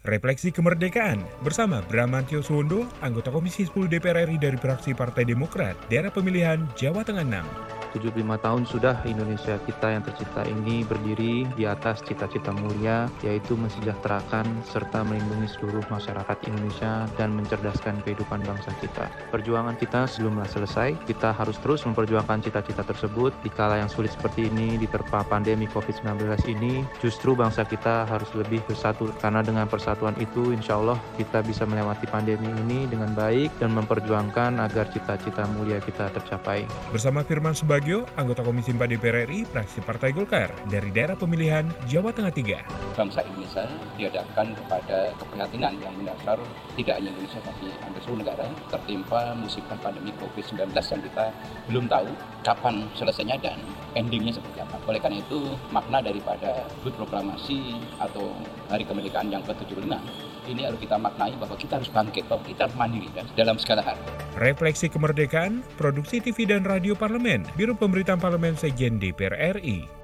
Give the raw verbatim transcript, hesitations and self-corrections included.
Refleksi Kemerdekaan bersama Bramantyo Suwondo, anggota Komisi sepuluh D P R R I dari fraksi Partai Demokrat, daerah pemilihan Jawa Tengah enam. tujuh puluh lima tahun sudah Indonesia kita yang tercipta ini berdiri di atas cita-cita mulia, yaitu mensejahterakan serta melindungi seluruh masyarakat Indonesia dan mencerdaskan kehidupan bangsa kita. Perjuangan kita sebelumlah selesai, kita harus terus memperjuangkan cita-cita tersebut. Di kala yang sulit seperti ini, diterpa pandemi covid sembilan belas ini, justru bangsa kita harus lebih bersatu, karena dengan persatuan itu insya Allah kita bisa melewati pandemi ini dengan baik dan memperjuangkan agar cita-cita mulia kita tercapai. Bersama Firman Subagio, anggota Komisi empat D P R R I, fraksi Partai Golkar, dari daerah pemilihan Jawa Tengah tiga. Bangsa Indonesia dihadapkan kepada keprihatinan yang mendasar, tidak hanya Indonesia tapi hampir seluruh negara, tertimpa musibah pandemi covid sembilan belas yang kita belum tahu kapan selesainya dan endingnya seperti apa. Oleh karena itu, makna daripada H U T Proklamasi atau Hari Kemerdekaan yang ke tujuh puluh lima ini harus kita maknai bahwa kita harus bangkit, bahwa kita harus mandiri dan dalam segala hal. Refleksi Kemerdekaan, Produksi T V dan Radio Parlemen, Biro Pemberitaan Parlemen Sekjen D P R R I.